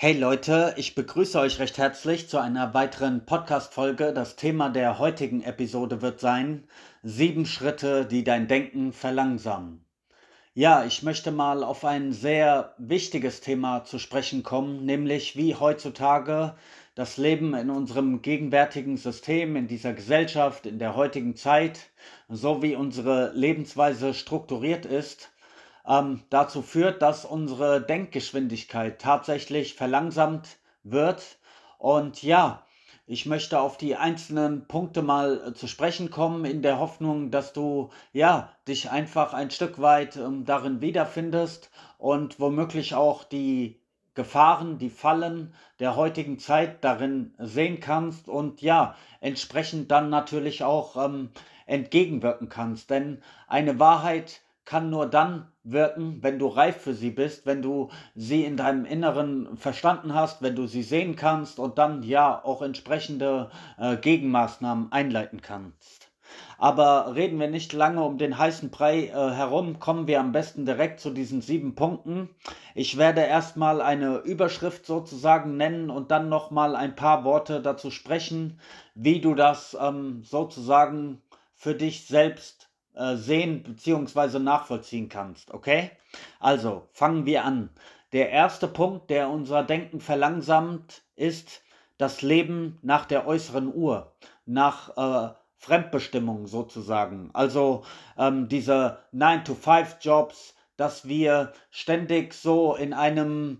Hey Leute, ich begrüße euch recht herzlich zu einer weiteren Podcast-Folge. Das Thema der heutigen Episode wird sein: 7 Schritte, die dein Denken verlangsamen. Ja, ich möchte mal auf ein sehr wichtiges Thema zu sprechen kommen, nämlich wie heutzutage das Leben in unserem gegenwärtigen System, in dieser Gesellschaft, in der heutigen Zeit, so wie unsere Lebensweise strukturiert ist, dazu führt, dass unsere Denkgeschwindigkeit tatsächlich verlangsamt wird. Und ja, ich möchte auf die einzelnen Punkte mal zu sprechen kommen, in der Hoffnung, dass du ja dich einfach ein Stück weit darin wiederfindest und womöglich auch die Gefahren, die Fallen der heutigen Zeit darin sehen kannst und ja, entsprechend dann natürlich auch entgegenwirken kannst. Denn eine Wahrheit kann nur dann wirken, wenn du reif für sie bist, wenn du sie in deinem Inneren verstanden hast, wenn du sie sehen kannst und dann ja auch entsprechende Gegenmaßnahmen einleiten kannst. Aber reden wir nicht lange um den heißen Brei herum, kommen wir am besten direkt zu diesen 7 Punkten. Ich werde erstmal eine Überschrift sozusagen nennen und dann nochmal ein paar Worte dazu sprechen, wie du das sozusagen für dich selbst sehen bzw. nachvollziehen kannst, okay? Also, fangen wir an. Der erste Punkt, der unser Denken verlangsamt, ist das Leben nach der äußeren Uhr, nach Fremdbestimmung sozusagen. Also diese 9-to-5-Jobs, dass wir ständig so in einem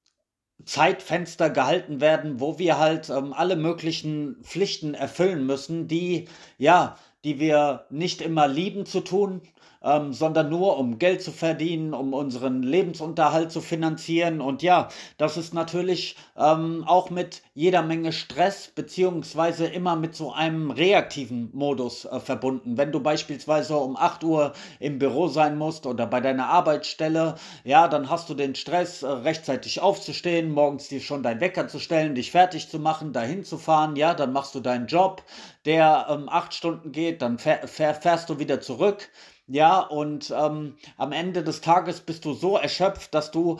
Zeitfenster gehalten werden, wo wir halt alle möglichen Pflichten erfüllen müssen, ja, die wir nicht immer lieben zu tun, sondern nur um Geld zu verdienen, um unseren Lebensunterhalt zu finanzieren. Und ja, das ist natürlich auch mit jeder Menge Stress beziehungsweise immer mit so einem reaktiven Modus verbunden. Wenn du beispielsweise um 8 Uhr im Büro sein musst oder bei deiner Arbeitsstelle, ja, dann hast du den Stress, rechtzeitig aufzustehen, morgens dir schon deinen Wecker zu stellen, dich fertig zu machen, dahin zu fahren, ja, dann machst du deinen Job, der 8 Stunden geht, dann fährst du wieder zurück. Ja, und am Ende des Tages bist du so erschöpft, dass du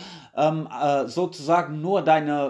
sozusagen nur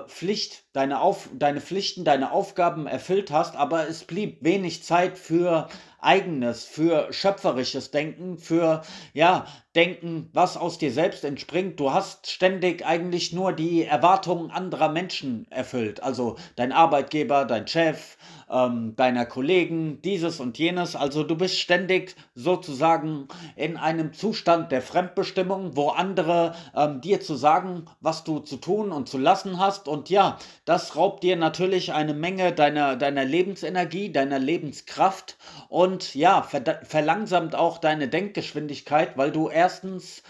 deine Pflichten, deine Aufgaben erfüllt hast, aber es blieb wenig Zeit für eigenes, für schöpferisches Denken, für ja, Denken, was aus dir selbst entspringt. Du hast ständig eigentlich nur die Erwartungen anderer Menschen erfüllt. Also dein Arbeitgeber, dein Chef, deiner Kollegen, dieses und jenes. Also du bist ständig sozusagen in einem Zustand der Fremdbestimmung, wo andere dir zu sagen, was du zu tun und zu lassen hast. Und ja, das raubt dir natürlich eine Menge deiner Lebensenergie, deiner Lebenskraft und ja, verlangsamt auch deine Denkgeschwindigkeit, weil du erstens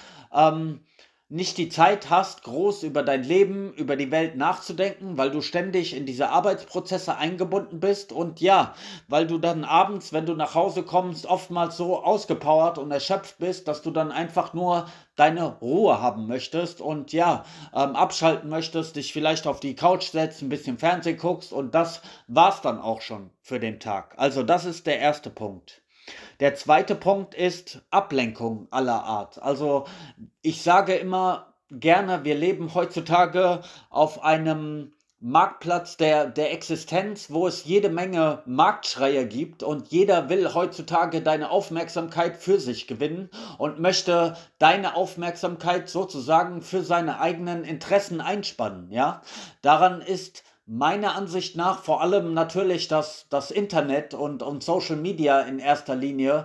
nicht die Zeit hast, groß über dein Leben, über die Welt nachzudenken, weil du ständig in diese Arbeitsprozesse eingebunden bist und ja, weil du dann abends, wenn du nach Hause kommst, oftmals so ausgepowert und erschöpft bist, dass du dann einfach nur deine Ruhe haben möchtest und ja, abschalten möchtest, dich vielleicht auf die Couch setzt, ein bisschen Fernsehen guckst und das war's dann auch schon für den Tag. Also das ist der erste Punkt. Der zweite Punkt ist Ablenkung aller Art. Also ich sage immer gerne, wir leben heutzutage auf einem Marktplatz der Existenz, wo es jede Menge Marktschreier gibt und jeder will heutzutage deine Aufmerksamkeit für sich gewinnen und möchte deine Aufmerksamkeit sozusagen für seine eigenen Interessen einspannen, ja. Daran ist meiner Ansicht nach vor allem natürlich das Internet und Social Media in erster Linie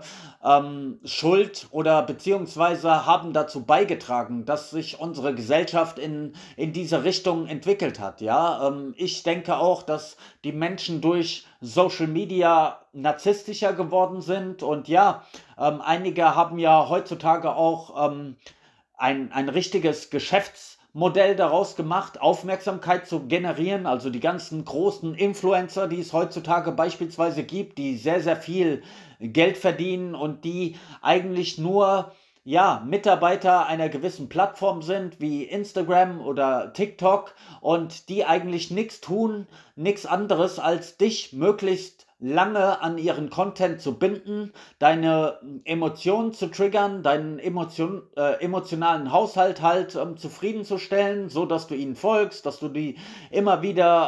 schuld oder beziehungsweise haben dazu beigetragen, dass sich unsere Gesellschaft in diese Richtung entwickelt hat. Ja, ich denke auch, dass die Menschen durch Social Media narzisstischer geworden sind und ja, einige haben ja heutzutage auch ein richtiges Geschäftsmodell daraus gemacht, Aufmerksamkeit zu generieren. Also die ganzen großen Influencer, die es heutzutage beispielsweise gibt, die sehr, sehr viel Geld verdienen und die eigentlich nur ja, Mitarbeiter einer gewissen Plattform sind, wie Instagram oder TikTok, und die eigentlich nichts tun, nichts anderes, als dich möglichst lange an ihren Content zu binden, deine Emotionen zu triggern, deinen emotionalen Haushalt halt zufriedenzustellen, so dass du ihnen folgst, dass du die immer wieder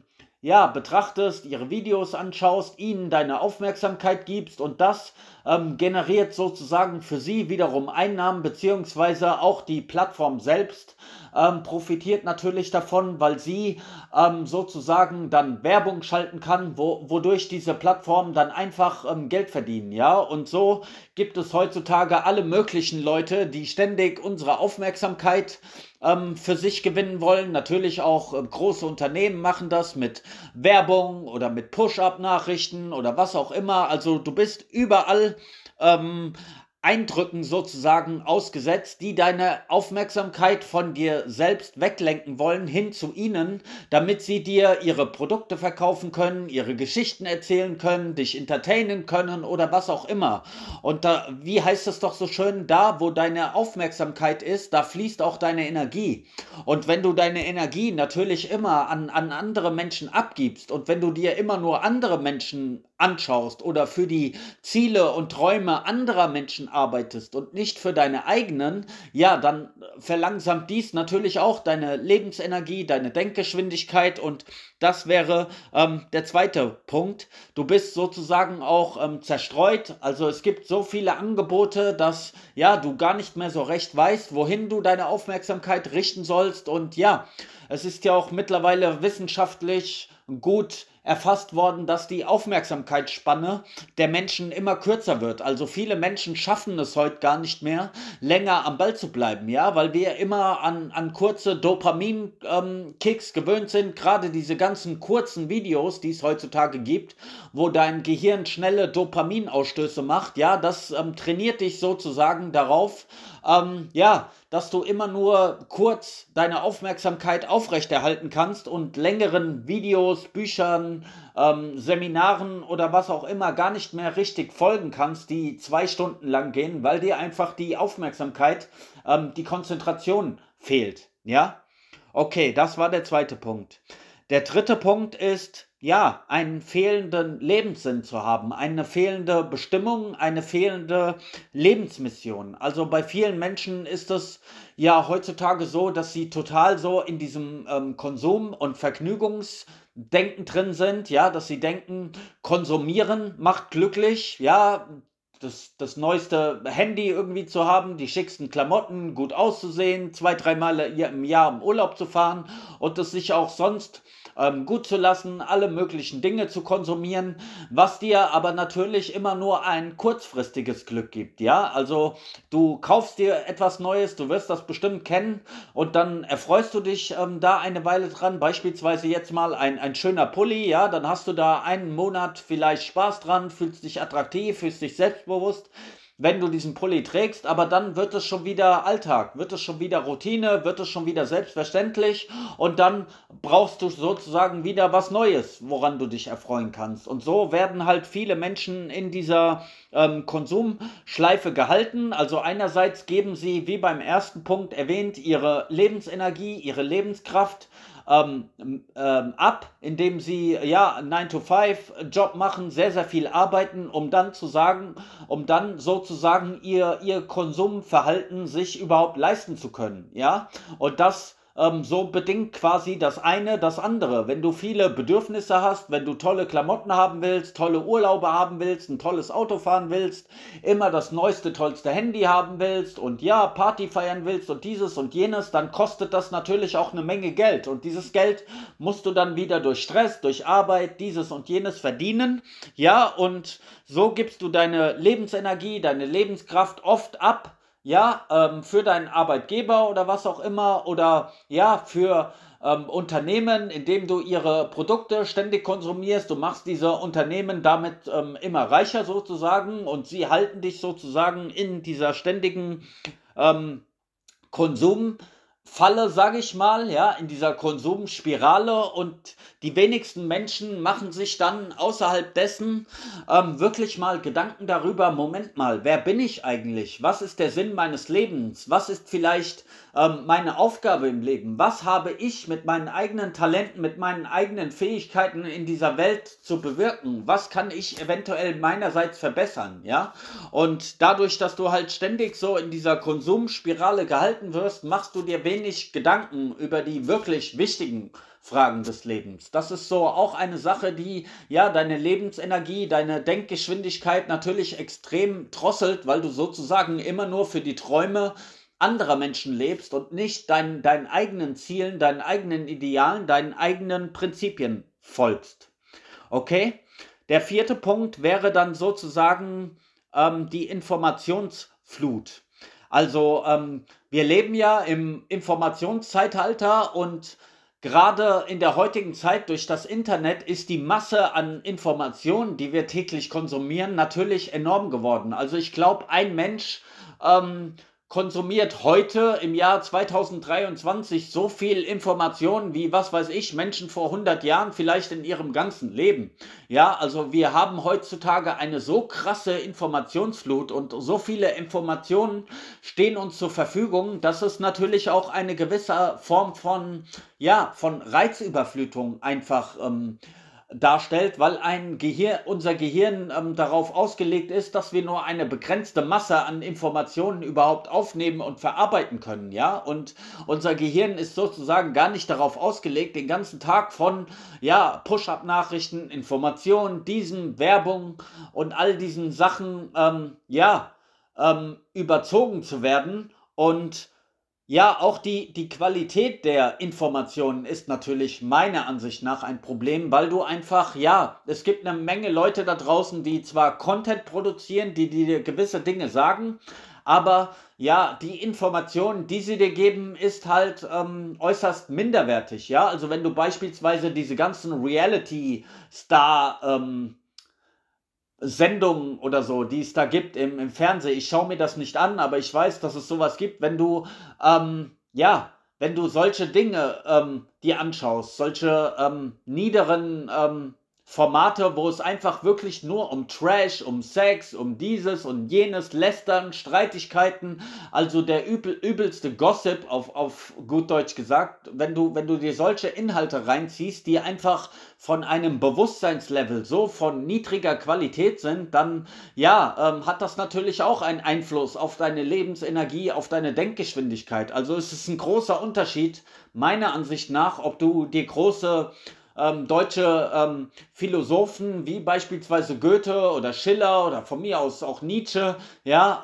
ja, betrachtest, ihre Videos anschaust, ihnen deine Aufmerksamkeit gibst, und das generiert sozusagen für sie wiederum Einnahmen, beziehungsweise auch die Plattform selbst profitiert natürlich davon, weil sie sozusagen dann Werbung schalten kann, wodurch diese Plattformen dann einfach Geld verdienen, ja. Und so gibt es heutzutage alle möglichen Leute, die ständig unsere Aufmerksamkeit für sich gewinnen wollen. Natürlich auch große Unternehmen machen das mit Werbung oder mit Push-up-Nachrichten oder was auch immer. Also du bist überall ähm, Eindrücken sozusagen ausgesetzt, die deine Aufmerksamkeit von dir selbst weglenken wollen, hin zu ihnen, damit sie dir ihre Produkte verkaufen können, ihre Geschichten erzählen können, dich entertainen können oder was auch immer. Und da, wie heißt es doch so schön, da wo deine Aufmerksamkeit ist, da fließt auch deine Energie. Und wenn du deine Energie natürlich immer an andere Menschen abgibst, und wenn du dir immer nur andere Menschen anschaust oder für die Ziele und Träume anderer Menschen arbeitest und nicht für deine eigenen, ja, dann verlangsamt dies natürlich auch deine Lebensenergie, deine Denkgeschwindigkeit, und das wäre der zweite Punkt. Du bist sozusagen auch zerstreut, also es gibt so viele Angebote, dass ja, du gar nicht mehr so recht weißt, wohin du deine Aufmerksamkeit richten sollst, und ja, es ist ja auch mittlerweile wissenschaftlich gut erfasst worden, dass die Aufmerksamkeitsspanne der Menschen immer kürzer wird. Also viele Menschen schaffen es heute gar nicht mehr, länger am Ball zu bleiben, ja, weil wir immer an kurze Dopamin-Kicks gewöhnt sind, gerade diese ganzen kurzen Videos, die es heutzutage gibt, wo dein Gehirn schnelle Dopaminausstöße macht, ja, das trainiert dich sozusagen darauf, ja, dass du immer nur kurz deine Aufmerksamkeit aufrechterhalten kannst und längeren Videos, Büchern, Seminaren oder was auch immer gar nicht mehr richtig folgen kannst, die 2 Stunden lang gehen, weil dir einfach die Aufmerksamkeit, die Konzentration fehlt. Ja? Okay, das war der zweite Punkt. Der dritte Punkt ist, ja, einen fehlenden Lebenssinn zu haben, eine fehlende Bestimmung, eine fehlende Lebensmission. Also bei vielen Menschen ist es ja heutzutage so, dass sie total so in diesem Konsum- und Vergnügungsdenken drin sind, ja, dass sie denken, konsumieren macht glücklich, ja, das neueste Handy irgendwie zu haben, die schicksten Klamotten, gut auszusehen, 2, 3 Mal im Jahr im Urlaub zu fahren und es sich auch sonst gut zu lassen, alle möglichen Dinge zu konsumieren, was dir aber natürlich immer nur ein kurzfristiges Glück gibt, ja, also du kaufst dir etwas Neues, du wirst das bestimmt kennen, und dann erfreust du dich da eine Weile dran, beispielsweise jetzt mal ein schöner Pulli, ja, dann hast du da einen Monat vielleicht Spaß dran, fühlst dich attraktiv, fühlst dich selbstbewusst, wenn du diesen Pulli trägst, aber dann wird es schon wieder Alltag, wird es schon wieder Routine, wird es schon wieder selbstverständlich, und dann brauchst du sozusagen wieder was Neues, woran du dich erfreuen kannst. Und so werden halt viele Menschen in dieser Konsumschleife gehalten. Also einerseits geben sie, wie beim ersten Punkt erwähnt, ihre Lebensenergie, ihre Lebenskraft ab, indem sie ja einen 9-to-5 Job machen, sehr, sehr viel arbeiten, um dann sozusagen ihr Konsumverhalten sich überhaupt leisten zu können. Ja, und das so bedingt quasi das eine das andere. Wenn du viele Bedürfnisse hast, wenn du tolle Klamotten haben willst, tolle Urlaube haben willst, ein tolles Auto fahren willst, immer das neueste, tollste Handy haben willst und ja, Party feiern willst und dieses und jenes, dann kostet das natürlich auch eine Menge Geld. Und dieses Geld musst du dann wieder durch Stress, durch Arbeit, dieses und jenes verdienen. Ja, und so gibst du deine Lebensenergie, deine Lebenskraft oft ab, ja, für deinen Arbeitgeber oder was auch immer, oder ja, für Unternehmen, indem du ihre Produkte ständig konsumierst. Du machst diese Unternehmen damit immer reicher sozusagen, und sie halten dich sozusagen in dieser ständigen ähm, Konsumphase, Falle, sage ich mal, ja, in dieser Konsumspirale, und die wenigsten Menschen machen sich dann außerhalb dessen wirklich mal Gedanken darüber: Moment mal, wer bin ich eigentlich? Was ist der Sinn meines Lebens? Was ist vielleicht meine Aufgabe im Leben? Was habe ich mit meinen eigenen Talenten, mit meinen eigenen Fähigkeiten in dieser Welt zu bewirken? Was kann ich eventuell meinerseits verbessern, ja? Und dadurch, dass du halt ständig so in dieser Konsumspirale gehalten wirst, machst du dir wenig Gedanken über die wirklich wichtigen Fragen des Lebens. Das ist so auch eine Sache, die ja deine Lebensenergie, deine Denkgeschwindigkeit natürlich extrem drosselt, weil du sozusagen immer nur für die Träume anderer Menschen lebst und nicht deinen eigenen Zielen, deinen eigenen Idealen, deinen eigenen Prinzipien folgst. Okay? Der vierte Punkt wäre dann sozusagen die Informationsflut. Also wir leben ja im Informationszeitalter, und gerade in der heutigen Zeit durch das Internet ist die Masse an Informationen, die wir täglich konsumieren, natürlich enorm geworden. Also ich glaube, ein Mensch konsumiert heute im Jahr 2023 so viel Information wie, was weiß ich, Menschen vor 100 Jahren vielleicht in ihrem ganzen Leben. Ja, also wir haben heutzutage eine so krasse Informationsflut, und so viele Informationen stehen uns zur Verfügung, dass es natürlich auch eine gewisse Form von, ja, von Reizüberflutung einfach darstellt, weil unser Gehirn darauf ausgelegt ist, dass wir nur eine begrenzte Masse an Informationen überhaupt aufnehmen und verarbeiten können, ja, und unser Gehirn ist sozusagen gar nicht darauf ausgelegt, den ganzen Tag von, ja, Push-up-Nachrichten, Informationen, diesen Werbung und all diesen Sachen, überzogen zu werden. Und ja, auch die Qualität der Informationen ist natürlich meiner Ansicht nach ein Problem, weil du einfach, ja, es gibt eine Menge Leute da draußen, die zwar Content produzieren, die dir gewisse Dinge sagen, aber ja, die Information, die sie dir geben, ist halt äußerst minderwertig, ja. Also wenn du beispielsweise diese ganzen Reality-Star Sendungen oder so, die es da gibt im Fernsehen. Ich schaue mir das nicht an, aber ich weiß, dass es sowas gibt. Wenn du solche Dinge dir anschaust, solche niederen Formate, wo es einfach wirklich nur um Trash, um Sex, um dieses und jenes, Lästern, Streitigkeiten, also der übelste Gossip auf gut Deutsch gesagt, wenn du dir solche Inhalte reinziehst, die einfach von einem Bewusstseinslevel so von niedriger Qualität sind, dann ja, hat das natürlich auch einen Einfluss auf deine Lebensenergie, auf deine Denkgeschwindigkeit. Also es ist ein großer Unterschied, meiner Ansicht nach, ob du dir große deutsche Philosophen wie beispielsweise Goethe oder Schiller oder von mir aus auch Nietzsche, ja,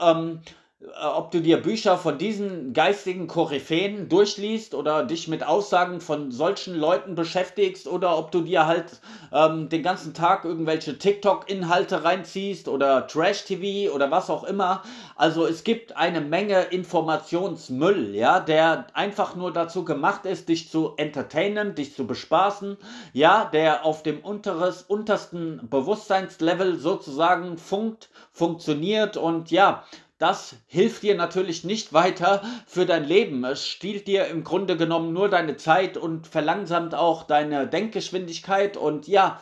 ob du dir Bücher von diesen geistigen Koryphäen durchliest oder dich mit Aussagen von solchen Leuten beschäftigst, oder ob du dir halt den ganzen Tag irgendwelche TikTok-Inhalte reinziehst oder Trash-TV oder was auch immer. Also es gibt eine Menge Informationsmüll, ja, der einfach nur dazu gemacht ist, dich zu entertainen, dich zu bespaßen, ja, der auf dem untersten Bewusstseinslevel sozusagen funktioniert, und ja, das hilft dir natürlich nicht weiter für dein Leben. Es stiehlt dir im Grunde genommen nur deine Zeit und verlangsamt auch deine Denkgeschwindigkeit, und ja,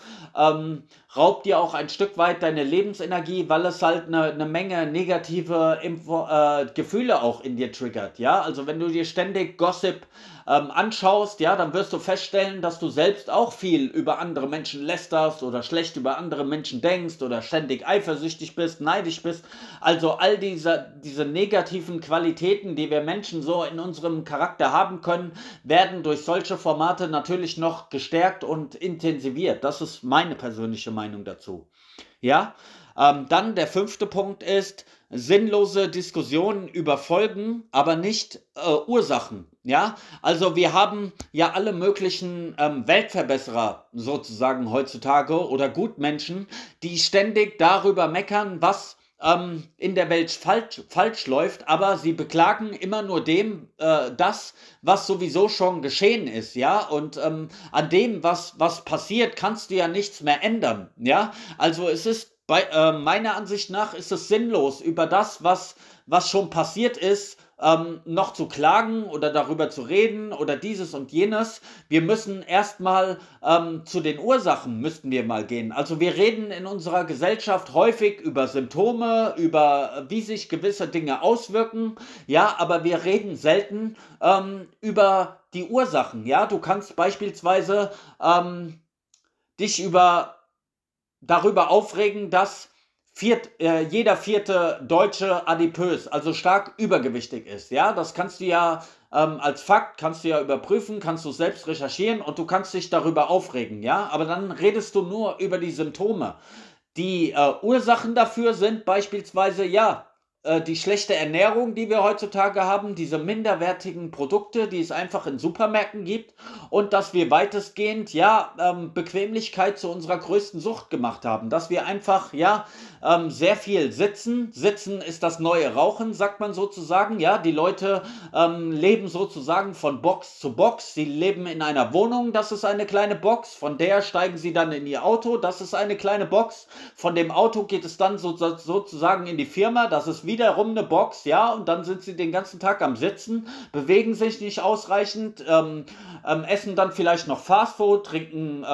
raubt dir auch ein Stück weit deine Lebensenergie, weil es halt eine Menge negative Gefühle auch in dir triggert. Ja, also wenn du dir ständig Gossip anschaust, ja, dann wirst du feststellen, dass du selbst auch viel über andere Menschen lästerst oder schlecht über andere Menschen denkst oder ständig eifersüchtig bist, neidisch bist. Also all diese negativen Qualitäten, die wir Menschen so in unserem Charakter haben können, werden durch solche Formate natürlich noch gestärkt und intensiviert. Das ist meine persönliche Meinung dazu. Ja, dann der fünfte Punkt ist sinnlose Diskussionen über Folgen, aber nicht Ursachen. Ja, also wir haben ja alle möglichen Weltverbesserer sozusagen heutzutage oder Gutmenschen, die ständig darüber meckern, was in der Welt falsch läuft, aber sie beklagen immer nur das, was sowieso schon geschehen ist, ja, und an dem, was passiert, kannst du ja nichts mehr ändern, ja, also es ist meiner Ansicht nach ist es sinnlos, über das, was schon passiert ist, noch zu klagen oder darüber zu reden oder dieses und jenes. Wir müssen erstmal zu den Ursachen müssten wir mal gehen. Also wir reden in unserer Gesellschaft häufig über Symptome, über wie sich gewisse Dinge auswirken, ja, aber wir reden selten über die Ursachen. Ja, du kannst beispielsweise dich darüber aufregen, dass jeder vierte Deutsche adipös, also stark übergewichtig ist. Ja, das kannst du ja als Fakt, kannst du ja überprüfen, kannst du selbst recherchieren und du kannst dich darüber aufregen. Ja, aber dann redest du nur über die Symptome. Die Ursachen dafür sind beispielsweise, ja, die schlechte Ernährung, die wir heutzutage haben, diese minderwertigen Produkte, die es einfach in Supermärkten gibt und dass wir weitestgehend, ja, Bequemlichkeit zu unserer größten Sucht gemacht haben, dass wir einfach, ja, sehr viel sitzen. Sitzen ist das neue Rauchen, sagt man sozusagen, ja, die Leute leben sozusagen von Box zu Box, sie leben in einer Wohnung, das ist eine kleine Box, von der steigen sie dann in ihr Auto, das ist eine kleine Box, von dem Auto geht es dann sozusagen in die Firma, das ist wiederum eine Box, ja, und dann sind sie den ganzen Tag am Sitzen, bewegen sich nicht ausreichend, essen dann vielleicht noch Fastfood, trinken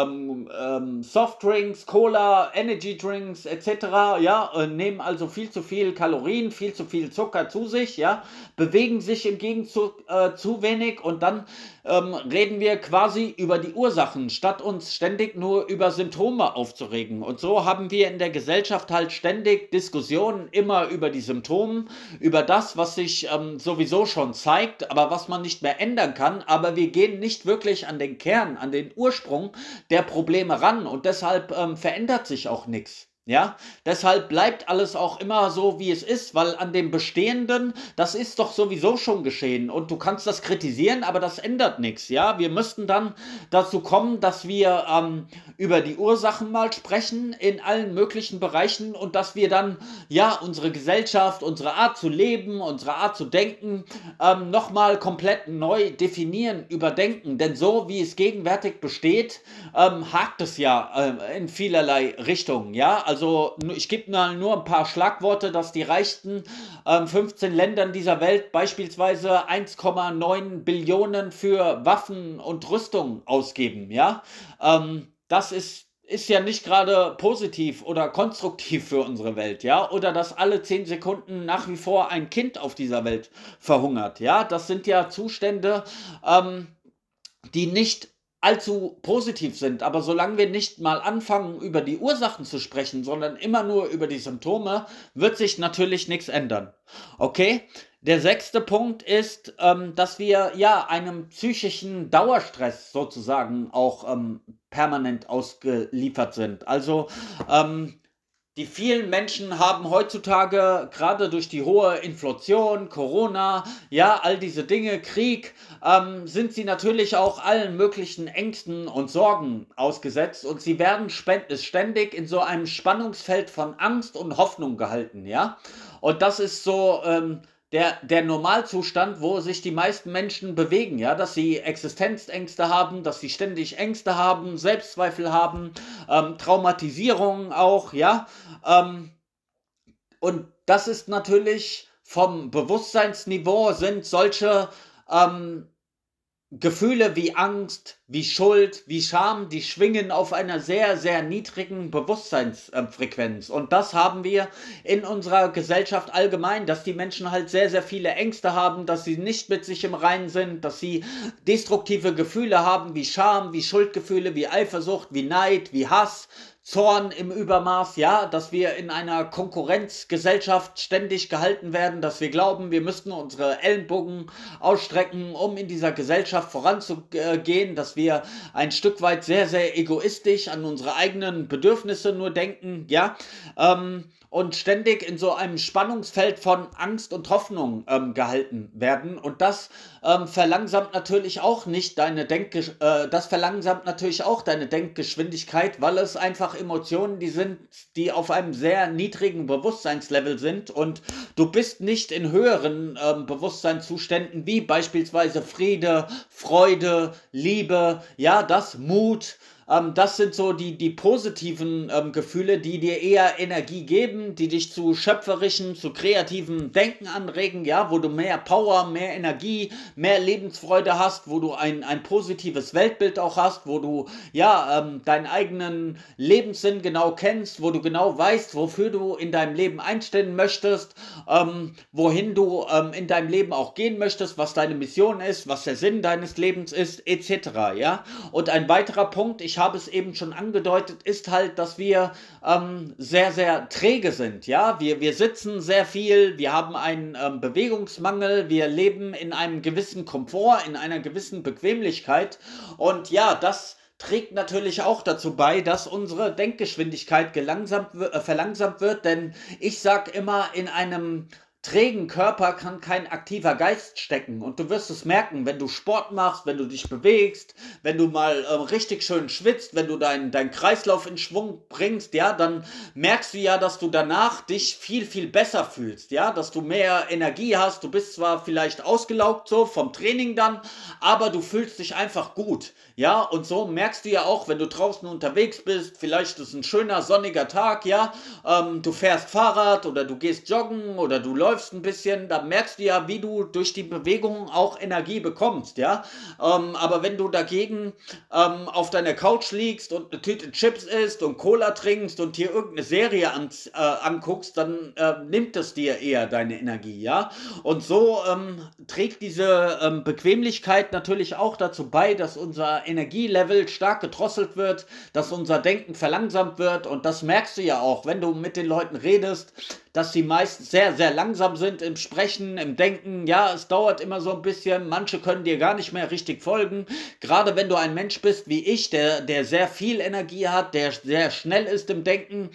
Softdrinks, Cola, Energy Drinks etc., ja, nehmen also viel zu viel Kalorien, viel zu viel Zucker zu sich, ja, bewegen sich im Gegenzug zu wenig und dann reden wir quasi über die Ursachen, statt uns ständig nur über Symptome aufzuregen. Und so haben wir in der Gesellschaft halt ständig Diskussionen immer über die Symptome, über das, was sich sowieso schon zeigt, aber was man nicht mehr ändern kann. Aber wir gehen nicht wirklich an den Kern, an den Ursprung der Probleme ran und deshalb verändert sich auch nichts. Ja, deshalb bleibt alles auch immer so, wie es ist, weil an dem Bestehenden, das ist doch sowieso schon geschehen und du kannst das kritisieren, aber das ändert nichts. Ja, wir müssten dann dazu kommen, dass wir über die Ursachen mal sprechen in allen möglichen Bereichen und dass wir dann, ja, unsere Gesellschaft, unsere Art zu leben, unsere Art zu denken nochmal komplett neu definieren, überdenken. Denn so, wie es gegenwärtig besteht, hakt es ja in vielerlei Richtungen. Ja, also ich gebe mal nur ein paar Schlagworte, dass die reichsten 15 Ländern dieser Welt beispielsweise 1,9 Billionen für Waffen und Rüstung ausgeben. Ja, das ist ja nicht gerade positiv oder konstruktiv für unsere Welt, ja, oder dass alle 10 Sekunden nach wie vor ein Kind auf dieser Welt verhungert, ja, das sind ja Zustände, die nicht allzu positiv sind, aber solange wir nicht mal anfangen, über die Ursachen zu sprechen, sondern immer nur über die Symptome, wird sich natürlich nichts ändern. Okay? Der sechste Punkt ist, dass wir ja einem psychischen Dauerstress sozusagen auch permanent ausgeliefert sind. Also die vielen Menschen haben heutzutage gerade durch die hohe Inflation, Corona, ja, all diese Dinge, Krieg, sind sie natürlich auch allen möglichen Ängsten und Sorgen ausgesetzt und sie werden ständig in so einem Spannungsfeld von Angst und Hoffnung gehalten, ja. Und das ist so der Normalzustand, wo sich die meisten Menschen bewegen, ja, dass sie Existenzängste haben, dass sie ständig Ängste haben, Selbstzweifel haben, Traumatisierungen auch, ja. Und das ist natürlich vom Bewusstseinsniveau sind solche Gefühle wie Angst, wie Schuld, wie Scham, die schwingen auf einer sehr, sehr niedrigen Bewusstseinsfrequenz. Und das haben wir in unserer Gesellschaft allgemein, dass die Menschen halt sehr, sehr viele Ängste haben, dass sie nicht mit sich im Reinen sind, dass sie destruktive Gefühle haben, wie Scham, wie Schuldgefühle, wie Eifersucht, wie Neid, wie Hass, Zorn im Übermaß, ja, dass wir in einer Konkurrenzgesellschaft ständig gehalten werden, dass wir glauben, wir müssten unsere Ellenbogen ausstrecken, um in dieser Gesellschaft voranzugehen, dass wir ein Stück weit sehr, sehr egoistisch an unsere eigenen Bedürfnisse nur denken, ja, und ständig in so einem Spannungsfeld von Angst und Hoffnung gehalten werden. Und das verlangsamt natürlich auch nicht das verlangsamt natürlich auch deine Denkgeschwindigkeit, weil es einfach Emotionen, die auf einem sehr niedrigen Bewusstseinslevel sind und du bist nicht in höheren Bewusstseinszuständen wie beispielsweise Friede, Freude, Liebe, ja, das Mut, Das sind so die positiven Gefühle, die dir eher Energie geben, die dich zu schöpferischem, zu kreativem Denken anregen, ja, wo du mehr Power, mehr Energie, mehr Lebensfreude hast, wo du ein positives Weltbild auch hast, wo du ja deinen eigenen Lebenssinn genau kennst, wo du genau weißt, wofür du in deinem Leben einstehen möchtest, wohin du in deinem Leben auch gehen möchtest, was deine Mission ist, was der Sinn deines Lebens ist, etc. Ja? Und ein weiterer Punkt, ich habe es eben schon angedeutet, ist halt, dass wir sehr, sehr träge sind. Ja? Wir sitzen sehr viel, wir haben einen Bewegungsmangel, wir leben in einem gewissen Komfort, in einer gewissen Bequemlichkeit. Und ja, das trägt natürlich auch dazu bei, dass unsere Denkgeschwindigkeit verlangsamt wird, denn ich sag immer, in einem trägen Körper kann kein aktiver Geist stecken. Und du wirst es merken, wenn du Sport machst, wenn du dich bewegst, wenn du mal richtig schön schwitzt, wenn du deinen Kreislauf in Schwung bringst, ja, dann merkst du ja, dass du danach dich viel, viel besser fühlst, ja, dass du mehr Energie hast. Du bist zwar vielleicht ausgelaugt so vom Training dann, aber du fühlst dich einfach gut, ja, und so merkst du ja auch, wenn du draußen unterwegs bist, vielleicht ist ein schöner sonniger Tag, ja, du fährst Fahrrad oder du gehst joggen oder du läufst ein bisschen, da merkst du ja, wie du durch die Bewegung auch Energie bekommst, ja. Aber wenn du dagegen auf deiner Couch liegst und eine Tüte Chips isst und Cola trinkst und hier irgendeine Serie anguckst, dann nimmt es dir eher deine Energie, ja. Und so trägt diese Bequemlichkeit natürlich auch dazu bei, dass unser Energielevel stark gedrosselt wird, dass unser Denken verlangsamt wird, und das merkst du ja auch, wenn du mit den Leuten redest, dass sie meist sehr, sehr langsam sind im Sprechen, im Denken. Ja, es dauert immer so ein bisschen. Manche können dir gar nicht mehr richtig folgen. Gerade wenn du ein Mensch bist wie ich, der sehr viel Energie hat, der sehr schnell ist im Denken,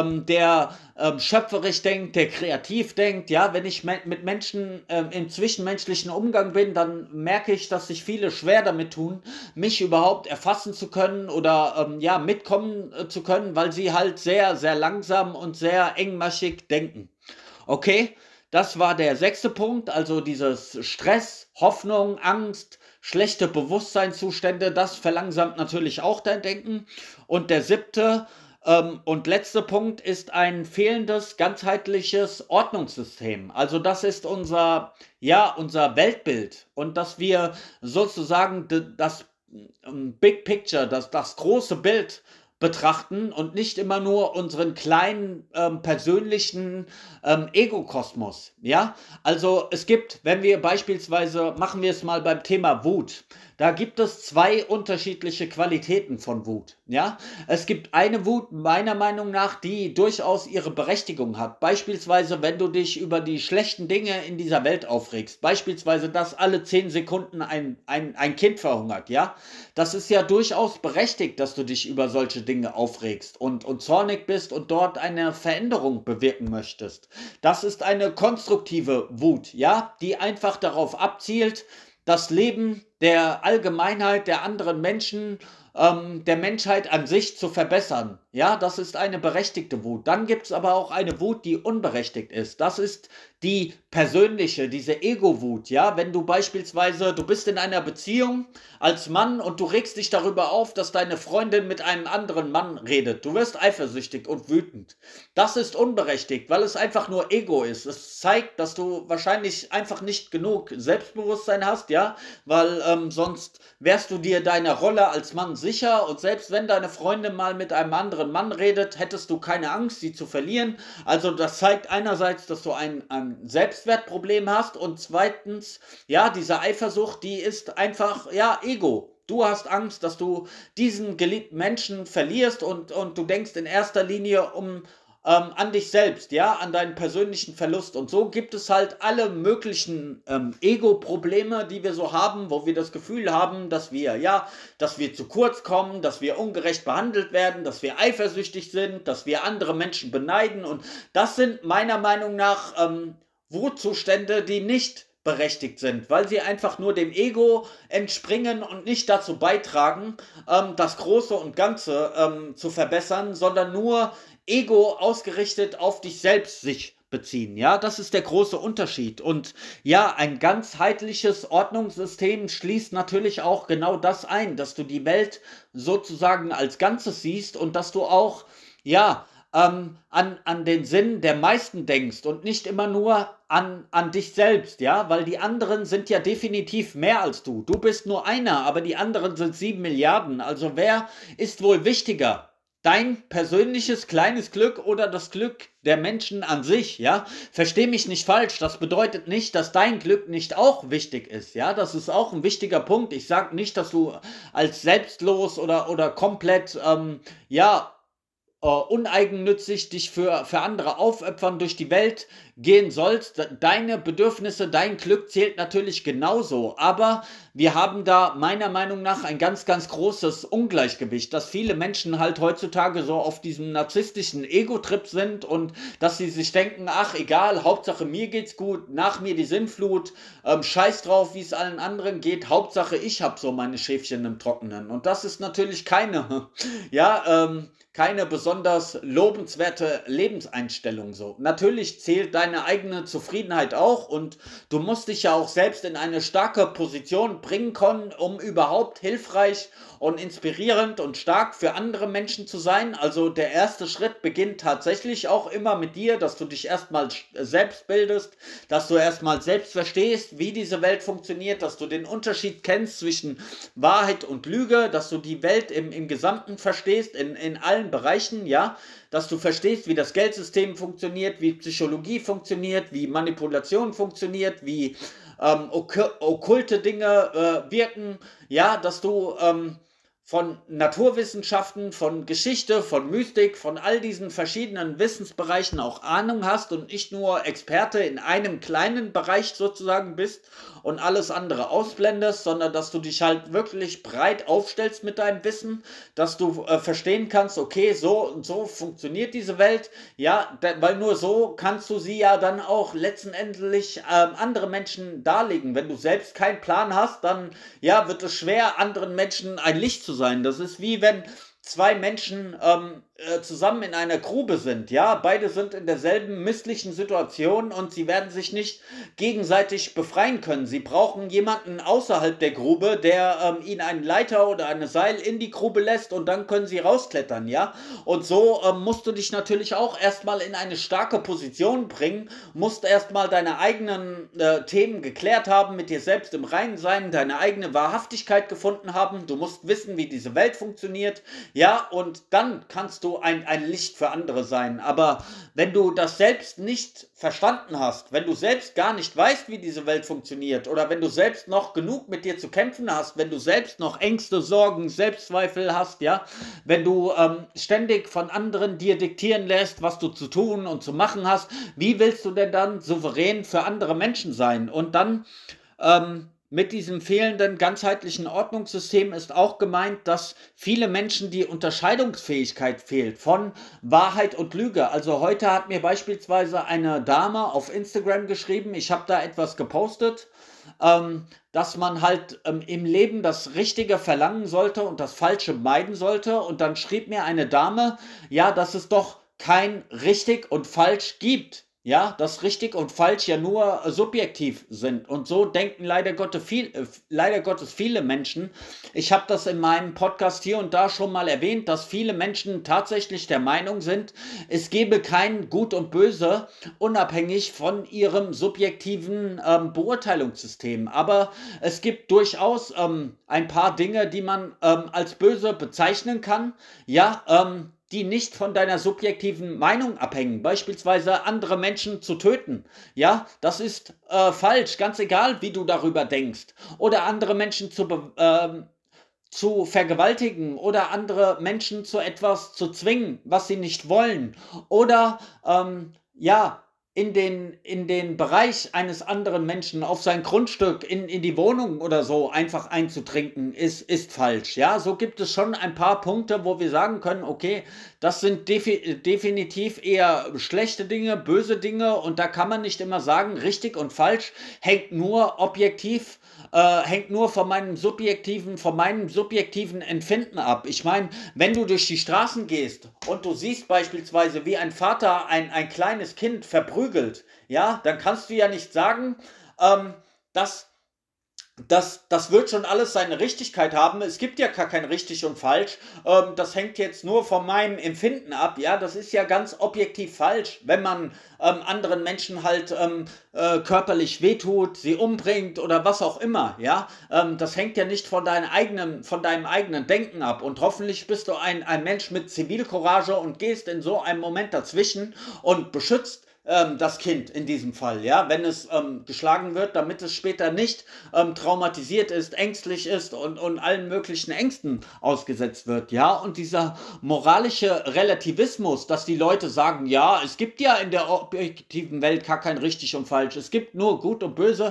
der schöpferisch denkt, der kreativ denkt. Ja, wenn ich mit Menschen im zwischenmenschlichen Umgang bin, dann merke ich, dass sich viele schwer damit tun, mich überhaupt erfassen zu können oder ja, mitkommen zu können, weil sie halt sehr, sehr langsam und sehr engmaschig denken. Okay, das war der 6. Punkt, also dieses Stress, Hoffnung, Angst, schlechte Bewusstseinszustände, das verlangsamt natürlich auch dein Denken. Und der 7. Und letzte Punkt ist ein fehlendes ganzheitliches Ordnungssystem. Also das ist unser Weltbild, und dass wir sozusagen das Big Picture, das große Bild betrachten und nicht immer nur unseren kleinen persönlichen Ego-Kosmos. Ja, also es gibt, wenn wir beispielsweise, machen wir es mal beim Thema Wut, da gibt es zwei unterschiedliche Qualitäten von Wut. Ja, es gibt eine Wut, meiner Meinung nach, die durchaus ihre Berechtigung hat. Beispielsweise, wenn du dich über die schlechten Dinge in dieser Welt aufregst. Beispielsweise, dass alle 10 Sekunden ein Kind verhungert. Ja, das ist ja durchaus berechtigt, dass du dich über solche Dinge aufregst und zornig bist und dort eine Veränderung bewirken möchtest. Das ist eine konstruktive Wut, ja, die einfach darauf abzielt, das Leben der Allgemeinheit, der anderen Menschen, der Menschheit an sich zu verbessern. Ja, das ist eine berechtigte Wut. Dann gibt es aber auch eine Wut, die unberechtigt ist. Das ist die persönliche, diese Ego-Wut. Ja, wenn du beispielsweise, du bist in einer Beziehung als Mann und du regst dich darüber auf, dass deine Freundin mit einem anderen Mann redet. Du wirst eifersüchtig und wütend. Das ist unberechtigt, weil es einfach nur Ego ist. Es zeigt, dass du wahrscheinlich einfach nicht genug Selbstbewusstsein hast, ja, weil sonst wärst du dir deiner Rolle als Mann sicher, und selbst wenn deine Freundin mal mit einem anderen Mann redet, hättest du keine Angst, sie zu verlieren. Also das zeigt einerseits, dass du ein Selbstwertproblem hast, und zweitens, ja, diese Eifersucht, die ist einfach, ja, Ego. Du hast Angst, dass du diesen geliebten Menschen verlierst, und du denkst in erster Linie an dich selbst, ja, an deinen persönlichen Verlust. Und so gibt es halt alle möglichen Ego-Probleme, die wir so haben, wo wir das Gefühl haben, dass wir zu kurz kommen, dass wir ungerecht behandelt werden, dass wir eifersüchtig sind, dass wir andere Menschen beneiden. Und das sind meiner Meinung nach Wutzustände, die nicht berechtigt sind, weil sie einfach nur dem Ego entspringen und nicht dazu beitragen, das Große und Ganze zu verbessern, sondern nur Ego ausgerichtet auf dich selbst sich beziehen. Ja, das ist der große Unterschied. Und ja, ein ganzheitliches Ordnungssystem schließt natürlich auch genau das ein, dass du die Welt sozusagen als Ganzes siehst und dass du auch, ja, an den Sinn der meisten denkst und nicht immer nur an dich selbst, ja, weil die anderen sind ja definitiv mehr als du. Du bist nur einer, aber die anderen sind 7 Milliarden. Also wer ist wohl wichtiger? Dein persönliches kleines Glück oder das Glück der Menschen an sich, ja? Versteh mich nicht falsch, das bedeutet nicht, dass dein Glück nicht auch wichtig ist, ja? Das ist auch ein wichtiger Punkt. Ich sage nicht, dass du als selbstlos oder komplett, ja, uneigennützig dich für andere aufopfern durch die Welt gehen sollst. Deine Bedürfnisse, dein Glück zählt natürlich genauso. Aber wir haben da meiner Meinung nach ein ganz, ganz großes Ungleichgewicht, dass viele Menschen halt heutzutage so auf diesem narzisstischen Ego-Trip sind und dass sie sich denken, ach egal, Hauptsache mir geht's gut, nach mir die Sinnflut, scheiß drauf, wie es allen anderen geht, Hauptsache ich habe so meine Schäfchen im Trockenen. Und das ist natürlich keine, ja, keine besonders lobenswerte Lebenseinstellung so. Natürlich zählt deine eigene Zufriedenheit auch und du musst dich ja auch selbst in eine starke Position bringen können, um überhaupt hilfreich und inspirierend und stark für andere Menschen zu sein. Also der erste Schritt beginnt tatsächlich auch immer mit dir, dass du dich erstmal selbst bildest, dass du erstmal selbst verstehst, wie diese Welt funktioniert, dass du den Unterschied kennst zwischen Wahrheit und Lüge, dass du die Welt im Gesamten verstehst, in allen Bereichen, ja, dass du verstehst, wie das Geldsystem funktioniert, wie Psychologie funktioniert, wie Manipulation funktioniert, wie okkulte Dinge wirken, ja, dass du von Naturwissenschaften, von Geschichte, von Mystik, von all diesen verschiedenen Wissensbereichen auch Ahnung hast und nicht nur Experte in einem kleinen Bereich sozusagen bist und alles andere ausblendest, sondern dass du dich halt wirklich breit aufstellst mit deinem Wissen, dass du verstehen kannst, okay, so und so funktioniert diese Welt, ja, weil nur so kannst du sie ja dann auch letztendlich andere Menschen darlegen. Wenn du selbst keinen Plan hast, dann ja, wird es schwer, anderen Menschen ein Licht zu sein. Das ist wie wenn zwei Menschen zusammen in einer Grube sind, ja, beide sind in derselben misslichen Situation und sie werden sich nicht gegenseitig befreien können. Sie brauchen jemanden außerhalb der Grube, der ihnen einen Leiter oder eine Seil in die Grube lässt und dann können sie rausklettern, ja. Und so musst du dich natürlich auch erstmal in eine starke Position bringen, musst erstmal deine eigenen Themen geklärt haben, mit dir selbst im Reinen sein, deine eigene Wahrhaftigkeit gefunden haben. Du musst wissen, wie diese Welt funktioniert, ja, und dann kannst du ein Licht für andere sein. Aber wenn du das selbst nicht verstanden hast, wenn du selbst gar nicht weißt, wie diese Welt funktioniert, oder wenn du selbst noch genug mit dir zu kämpfen hast, wenn du selbst noch Ängste, Sorgen, Selbstzweifel hast, ja, wenn du ständig von anderen dir diktieren lässt, was du zu tun und zu machen hast, wie willst du denn dann souverän für andere Menschen sein? Und dann mit diesem fehlenden ganzheitlichen Ordnungssystem ist auch gemeint, dass viele Menschen die Unterscheidungsfähigkeit fehlt von Wahrheit und Lüge. Also heute hat mir beispielsweise eine Dame auf Instagram geschrieben, ich habe da etwas gepostet, dass man halt im Leben das Richtige verlangen sollte und das Falsche meiden sollte. Und dann schrieb mir eine Dame, ja, dass es doch kein richtig und falsch gibt. Ja, dass richtig und falsch ja nur subjektiv sind. Und so denken leider Gottes viele Menschen. Ich habe das in meinem Podcast hier und da schon mal erwähnt, dass viele Menschen tatsächlich der Meinung sind, es gebe kein Gut und Böse, unabhängig von ihrem subjektiven Beurteilungssystem. Aber es gibt durchaus ein paar Dinge, die man als böse bezeichnen kann. Ja, die nicht von deiner subjektiven Meinung abhängen, beispielsweise andere Menschen zu töten. Ja, das ist falsch, ganz egal, wie du darüber denkst. Oder andere Menschen zu vergewaltigen oder andere Menschen zu etwas zu zwingen, was sie nicht wollen. Oder ja, in den Bereich eines anderen Menschen, auf sein Grundstück, in die Wohnung oder so einfach einzutrinken, ist falsch. Ja, so gibt es schon ein paar Punkte, wo wir sagen können, okay, das sind definitiv eher schlechte Dinge, böse Dinge und da kann man nicht immer sagen, richtig und falsch hängt nur objektiv, hängt nur von meinem subjektiven Empfinden ab. Ich meine, wenn du durch die Straßen gehst und du siehst beispielsweise, wie ein Vater ein kleines Kind verprügelt, prügelt, ja, dann kannst du ja nicht sagen, ähm, dass das wird schon alles seine Richtigkeit haben. Es gibt ja gar kein richtig und falsch. Das hängt jetzt nur von meinem Empfinden ab. Ja, das ist ja ganz objektiv falsch, wenn man anderen Menschen halt körperlich wehtut, sie umbringt oder was auch immer. Ja, das hängt ja nicht von deinem eigenen Denken ab. Und hoffentlich bist du ein Mensch mit Zivilcourage und gehst in so einem Moment dazwischen und beschützt das Kind in diesem Fall, ja, wenn es geschlagen wird, damit es später nicht traumatisiert ist, ängstlich ist und allen möglichen Ängsten ausgesetzt wird, ja, und dieser moralische Relativismus, dass die Leute sagen, ja, es gibt ja in der objektiven Welt gar kein richtig und falsch, es gibt nur Gut und Böse,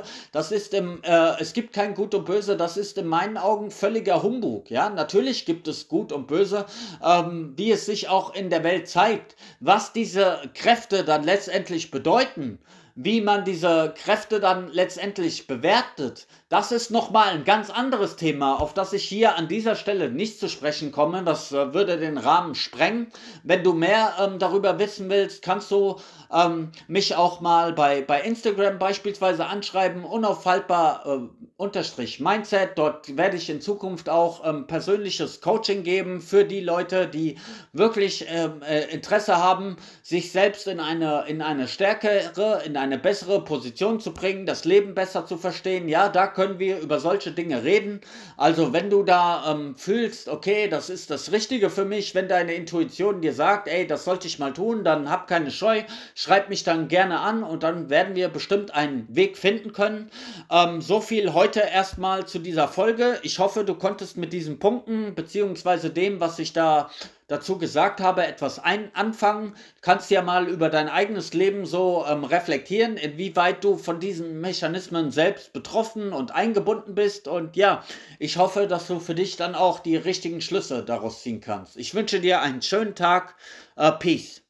es gibt kein Gut und Böse, das ist in meinen Augen völliger Humbug, ja, natürlich gibt es Gut und Böse, wie es sich auch in der Welt zeigt, was diese Kräfte dann letztendlich bedeuten, wie man diese Kräfte dann letztendlich bewertet, das ist nochmal ein ganz anderes Thema, auf das ich hier an dieser Stelle nicht zu sprechen komme. Das würde den Rahmen sprengen. Wenn du mehr darüber wissen willst, kannst du mich auch mal bei Instagram beispielsweise anschreiben, unaufhaltbar unterstrich Mindset. Dort werde ich in Zukunft auch persönliches Coaching geben für die Leute, die wirklich Interesse haben, sich selbst in eine stärkere, in eine bessere Position zu bringen, das Leben besser zu verstehen. Ja, da können wir über solche Dinge reden. Also wenn du da fühlst, okay, das ist das Richtige für mich, wenn deine Intuition dir sagt, ey, das sollte ich mal tun, dann hab keine Scheu, schreib mich dann gerne an und dann werden wir bestimmt einen Weg finden können. So viel heute erstmal zu dieser Folge. Ich hoffe, du konntest mit diesen Punkten beziehungsweise dem, was ich da dazu gesagt habe, etwas anfangen. Du kannst ja mal über dein eigenes Leben so reflektieren, inwieweit du von diesen Mechanismen selbst betroffen und eingebunden bist. Und ja, ich hoffe, dass du für dich dann auch die richtigen Schlüsse daraus ziehen kannst. Ich wünsche dir einen schönen Tag. Peace.